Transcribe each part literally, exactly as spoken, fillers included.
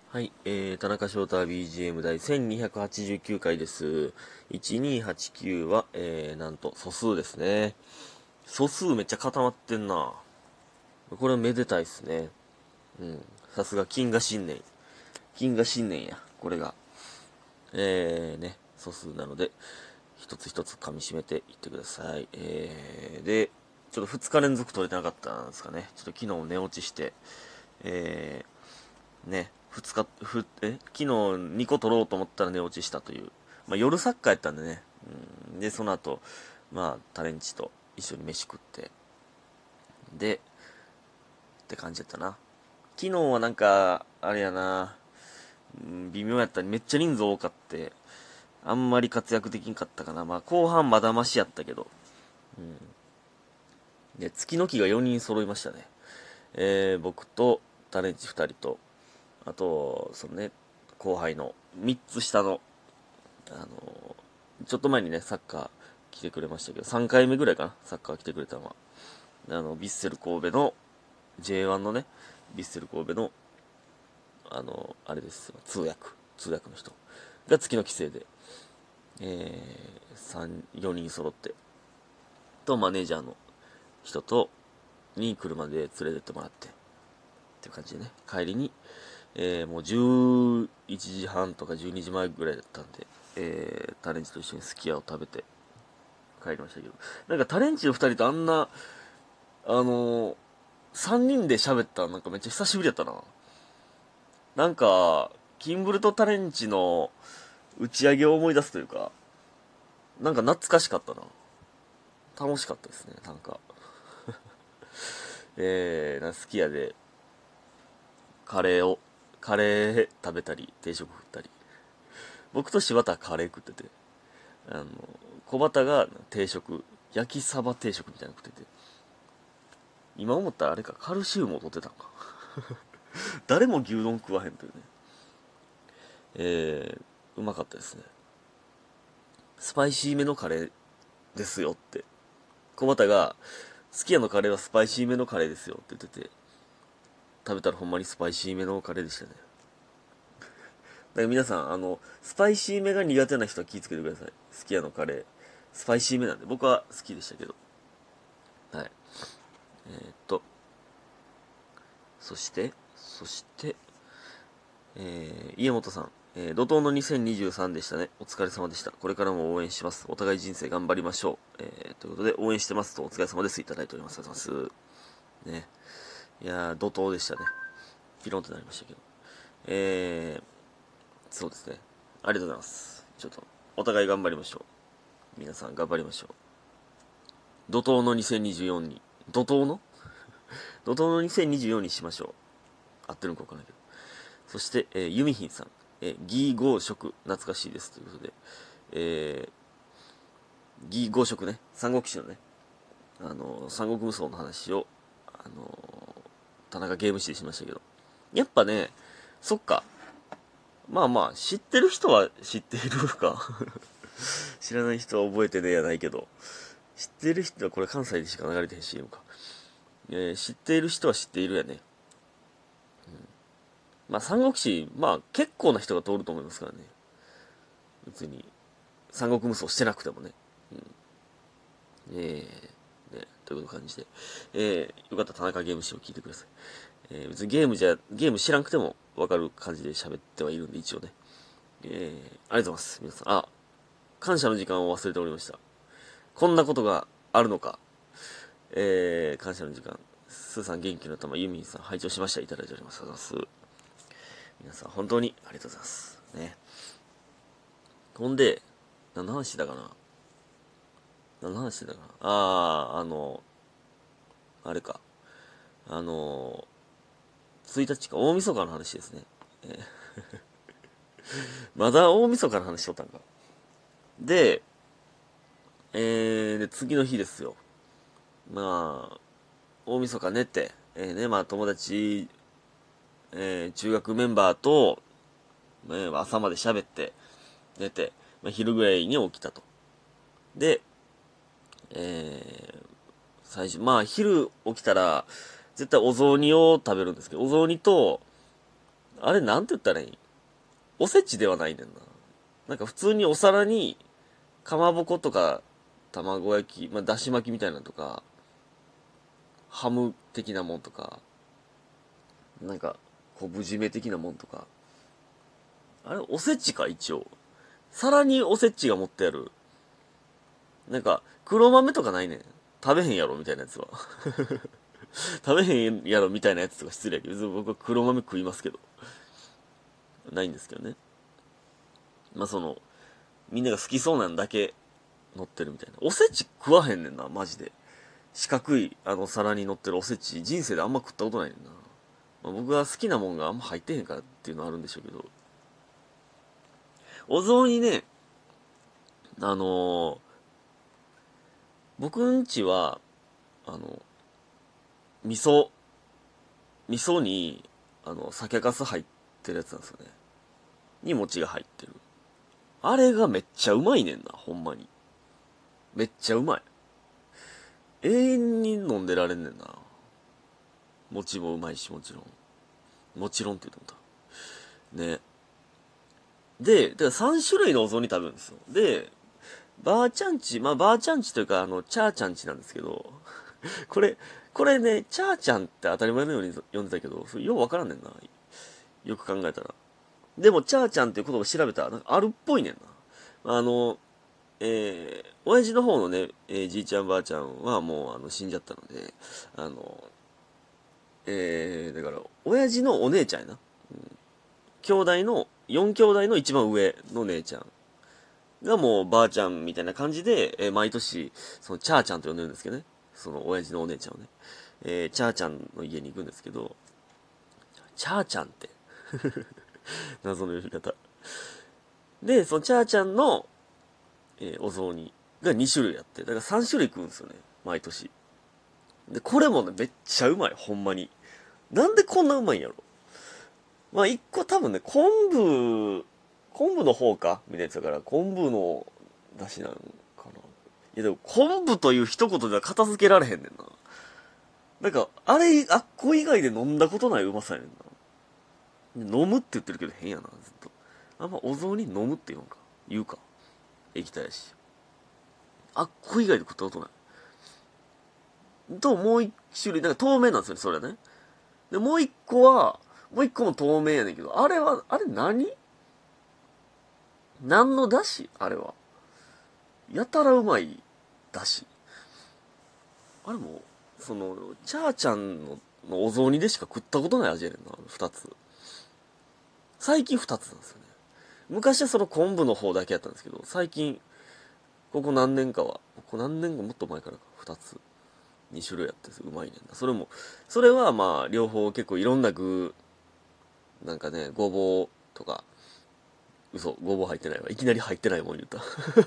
はい、えー、田中翔太 ビージーエム 第せんにひゃくはちじゅうきゅうかいです。いちにーはちきゅうは、えー、なんと素数ですね。素数めっちゃ固まってんな。これはめでたいっすね。うん。さすが金河新年。金河新年や、これが。えー、ね、素数なので、一つ一つ噛み締めていってください。えー、で、ちょっとふつか連続取れてなかったんですかね。ちょっと昨日寝落ちして、えー、ね、ふつか、ふ、え昨日にこ取ろうと思ったら寝落ちしたという。まあ夜サッカーやったんでね。うん、で、その後、まあタレンチと一緒に飯食って、で、って感じやったな。昨日はなんか、あれやな、うん、微妙やっためっちゃ人数多かって、あんまり活躍できんかったかな。まあ後半まだましやったけど。うん。で、月の木がよにん揃いましたね。えー、僕とタレンチふたりと、あと、そのね、後輩のみっつ下の、あのちょっと前にね、サッカー来てくれましたけど、さんかいめぐらいかな、サッカー来てくれたのは。あの、ヴィッセル神戸の、ジェイワン のね、ヴィッセル神戸の、あの、あれですよ、通訳、通訳の人が月の帰省で、えー、さん、よにん揃って、と、マネージャーの人と、に車で連れてってもらって、っていう感じでね、帰りに、えー、もうじゅういちじはんとかじゅうにじまえぐらいだったんで、えー、タレンチと一緒にすき家を食べて帰りましたけど、なんかタレンチのふたりとあんな、あのー、さんにんで喋ったのなんかめっちゃ久しぶりやったな。なんか、キンブルとタレンチの打ち上げを思い出すというか、なんか懐かしかったな。楽しかったですね、なんか。えー、なんかすき家で、カレーを、カレー食べたり、定食食ったり。僕と柴田はカレー食ってて、あの、小畑が定食、焼きサバ定食みたいなの食ってて、今思ったらあれか、カルシウムを取ってたんか。誰も牛丼食わへんというね。えー、うまかったですね。スパイシーめのカレーですよって。小畑が、すき家のカレーはスパイシーめのカレーですよって言ってて、食べたらほんまにスパイシーめのカレーでしたね。だから皆さん、あの、スパイシーめが苦手な人は気をつけてください。すき家のカレー。スパイシーめなんで、僕は好きでしたけど。はい。えー、っと、そして、そして、えー、家元さん、えー、怒涛のにせんにじゅうさんでしたね。お疲れ様でした。これからも応援します。お互い人生頑張りましょう。えー、ということで、応援してますとお疲れ様です。いただいております。ありがとうございます。ね。いやー、怒涛でしたね。ピロンってなりましたけど。えー、そうですね。ありがとうございます。ちょっと、お互い頑張りましょう。皆さん頑張りましょう。怒涛のにせんにじゅうよんに、怒涛の怒涛のにせんにじゅうよんにしましょう。合ってるのかわからないけど。そして、えー、ユミヒンさん、えー、ギーゴー食、懐かしいです。ということで、えー、ギーゴー食ね、三国志のね、あのー、三国無双の話を、あのー、田中ゲーム誌でしましたけど、やっぱね、そっか、まあまあ、知ってる人は知っているか。知らない人は覚えてねえやないけど、知ってる人はこれ関西でしか流れてへん シーエム か。えー、知っている人は知っているやね。まあ、三国志、まあ、結構な人が通ると思いますからね。別に、三国無双してなくてもね。うん、えー、ね、という感じで。えー、よかったら田中ゲーム誌を聞いてください。えー、別にゲームじゃ、ゲーム知らなくてもわかる感じで喋ってはいるんで、一応ね。えー、ありがとうございます。皆さん。あ、感謝の時間を忘れておりました。こんなことがあるのか。えー、感謝の時間。スーさん元気の玉、ユミンさん拝聴しました。いただいております。ありがとうございます。皆さん本当にありがとうございます。ね。ほんで、何の話だかな何の話だかなあー、あの、あれか。あの、ついたちか、大晦日の話ですね。えーまだ大晦日の話しとったんか。で、えー、で、次の日ですよ。まあ、大晦日寝て、えー、ね、まあ友達、えー、中学メンバーと、えー、朝まで喋って、寝て、まあ、昼ぐらいに起きたと。で、えー、最初、まあ昼起きたら、絶対お雑煮を食べるんですけど、お雑煮と、 あれなんて言ったらいい？おせちではないねんな。なんか普通にお皿に、かまぼことか、卵焼き、まあ、だし巻きみたいなのとか、ハム的なもんとか、なんか、昆布締め的なもんとか。あれ、おせちか、一応。皿におせちが持ってある。なんか、黒豆とかないねん。食べへんやろ、みたいなやつは。食べへんやろ、みたいなやつとか失礼やけど、別に僕は黒豆食いますけど。ないんですけどね。まあ、その、みんなが好きそうなんだけ乗ってるみたいな。おせち食わへんねんな、マジで。四角い、あの、皿に乗ってるおせち、人生であんま食ったことないねんな。まあ、僕が好きなもんがあんま入ってへんからっていうのはあるんでしょうけど。お雑煮ね、あのー、僕んちは、あの、味噌、味噌に、あの、酒粕入ってるやつなんですよね。に餅が入ってる。あれがめっちゃうまいねんな、ほんまに。めっちゃうまい。永遠に飲んでられんねんな。餅もうまいし、もちろん。もちろんって言うと思った。ね。で、だからさん種類のお雑煮食べるんですよ。で、ばあちゃんち、まあばあちゃんちというか、あの、チャーちゃんちなんですけど、これ、これね、チャーちゃんって当たり前のように呼んでたけど、それようわからんねんな。よく考えたら。でも、チャーちゃんっていう言葉を調べたら、なんかあるっぽいねんな。あの、えー、親父の方のね、えー、じいちゃんばあちゃんはもう、あの、死んじゃったので、あの、えー、だから、親父のお姉ちゃんやな。うん、兄弟の、よん兄弟の一番上の姉ちゃんがもうばあちゃんみたいな感じで、えー、毎年、そのチャーちゃんと呼んでるんですけどね。その親父のお姉ちゃんをね。えー、チャーちゃんの家に行くんですけど、チャーちゃんって謎の呼び方。で、そのチャーちゃんの、えー、お雑煮がに種類あって、だからさん種類食うんですよね。毎年。で、これもね、めっちゃうまい、ほんまに。なんでこんなうまいんやろ。まあ、一個多分ね、昆布、昆布の方かみたいなやつだから、昆布の出汁なんかな。いやでも、昆布という一言では片付けられへんねんな。なんか、あれ、あっこ以外で飲んだことないうまさやねんな。飲むって言ってるけど変やな、ずっと。あんまお雑煮飲むって言うんか。言うか。液体やし。あっこ以外で食ったことない。と、もう一種類、なんか透明なんですよね、それはね。で、もう一個は、もう一個も透明やねんけど、あれは、あれ何何の出汁あれは。やたらうまい出汁。あれも、その、チャーちゃんののお雑煮でしか食ったことない味やねんな、二つ。最近二つなんですよね。昔はその昆布の方だけやったんですけど、最近、ここ何年かは、ここ何年かもっと前からか、二つ、二種類やってうまいねんな。それも、それはまあ、両方結構いろんな具、なんかね、ごぼうとか、嘘、ごぼう入ってないわ。いきなり入ってないもん言った。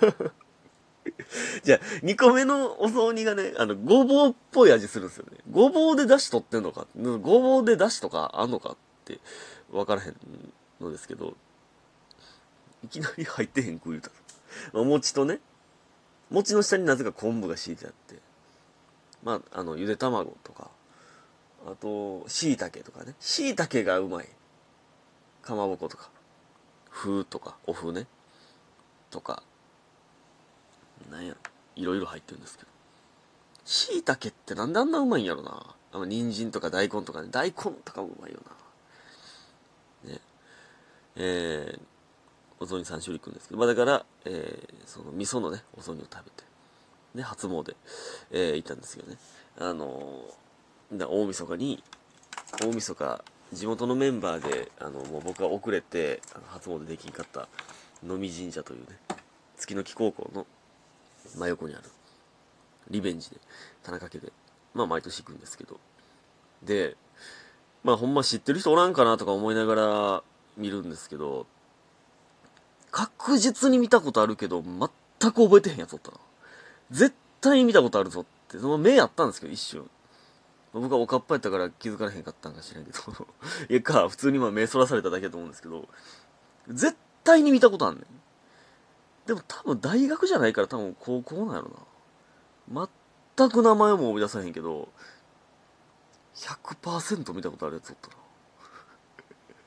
じゃあ、にこめのお雑煮がね、あの、ごぼうっぽい味するんですよね。ごぼうで出汁取ってんのか、ごぼうで出汁とかあんのかって、わからへんのですけど、いきなり入ってへん食う言うた。まあ、餅とね、餅の下になぜか昆布が敷いてあって、まあ、あの、ゆで卵とか、あと、椎茸とかね。椎茸がうまい。かまぼことか、風とか、お風ね。とか、なんや、いろいろ入ってるんですけど。椎茸ってなんであんなうまいんやろな。あの、人参とか大根とかね。大根とかもうまいよな。ね。えー、お雑煮さん種類いくんですけど、まあだから、えー、その味噌のね、お雑煮を食べて、ね、初詣、えー、行ったんですけどね。あのー、だ大晦日に、大晦日、地元のメンバーで、あの、もう僕が遅れて、あの初詣できんかった野見神社というね、月の木高校の真横にある、リベンジで、田中家で、まあ毎年行くんですけど、で、まあほんま知ってる人おらんかなとか思いながら見るんですけど、確実に見たことあるけど、全く覚えてへんやつおったな。絶対に見たことあるぞって、その目あったんですけど、一瞬。僕はおかっぱやったから気づかれへんかったんか知らんけど。いやか、普通にまあ目そらされただけだと思うんですけど、絶対に見たことあんねん。でも多分大学じゃないから多分高校なんやろな。全く名前も思い出さへんけど、ひゃくパーセント 見たことあるやつおったな。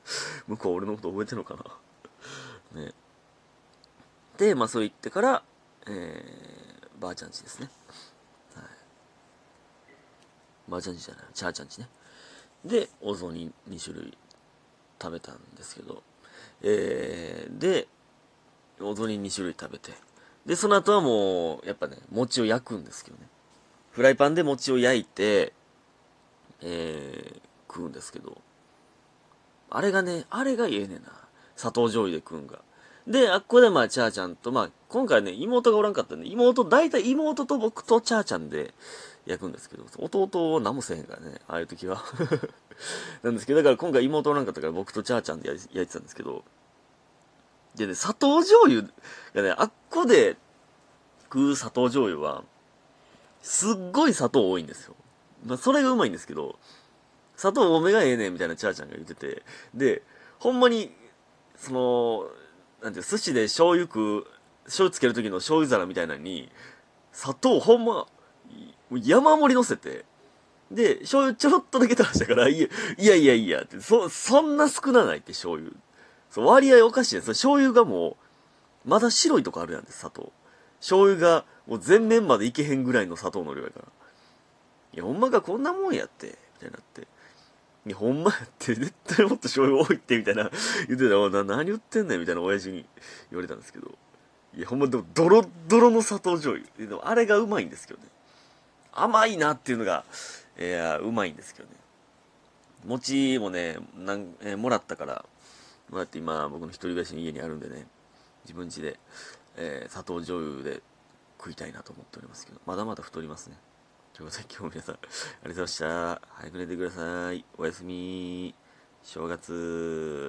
向こう俺のこと覚えてんのかなね。で、まあそう言ってから、えー、ばあちゃんちですね。はい。ばあちゃんちじゃない、チャーちゃんちね。で、お雑煮に種類食べたんですけど、えー、で、お雑煮に種類食べて、で、その後はもう、やっぱね、餅を焼くんですけどね。フライパンで餅を焼いて、えー、食うんですけど、あれがね、あれがええねんな。砂糖醤油で食うんが。で、あっこでまあ、チャーちゃんと、まあ、今回ね、妹がおらんかったんで、妹、大体妹と僕とチャーちゃんで焼くんですけど、弟は何もせえへんからね、ああいう時は。なんですけど、だから今回妹おらんかったから僕とチャーちゃんで焼いてたんですけど、でね、砂糖醤油がね、あっこで食う砂糖醤油は、すっごい砂糖多いんですよ。まあ、それがうまいんですけど、砂糖多めがええねんみたいなチャーちゃんが言ってて、で、ほんまに、その、なんていう、寿司で醤油食う、醤油つける時の醤油皿みたいなのに、砂糖ほんま、山盛り乗せて、で、醤油ちょろっとだけ垂らしたから、いや、いやいやいやって、そ、そんな少なないって醤油。そう、割合おかしいね。そ醤油がもう、まだ白いとこあるやんって、砂糖。醤油が、もう全面までいけへんぐらいの砂糖の量やから。いや、ほんまがこんなもんやって、みたいになって。いや、ほんまやって、絶対もっと醤油多いって、みたいな、言ってたら、な、何言ってんねん、みたいな親父に言われたんですけど。いや、ほんまでも、ドロッドロの砂糖醤油。でも、あれがうまいんですけどね。甘いなっていうのが、いや、うまいんですけどね。餅もね、なん、えーもらったから、もらって今、僕の一人暮らしの家にあるんでね、自分家で、えー砂糖醤油で食いたいなと思っておりますけど、まだまだ太りますね。ということで今日も皆さん、ありがとうございました。早く寝てください。おやすみ。正月。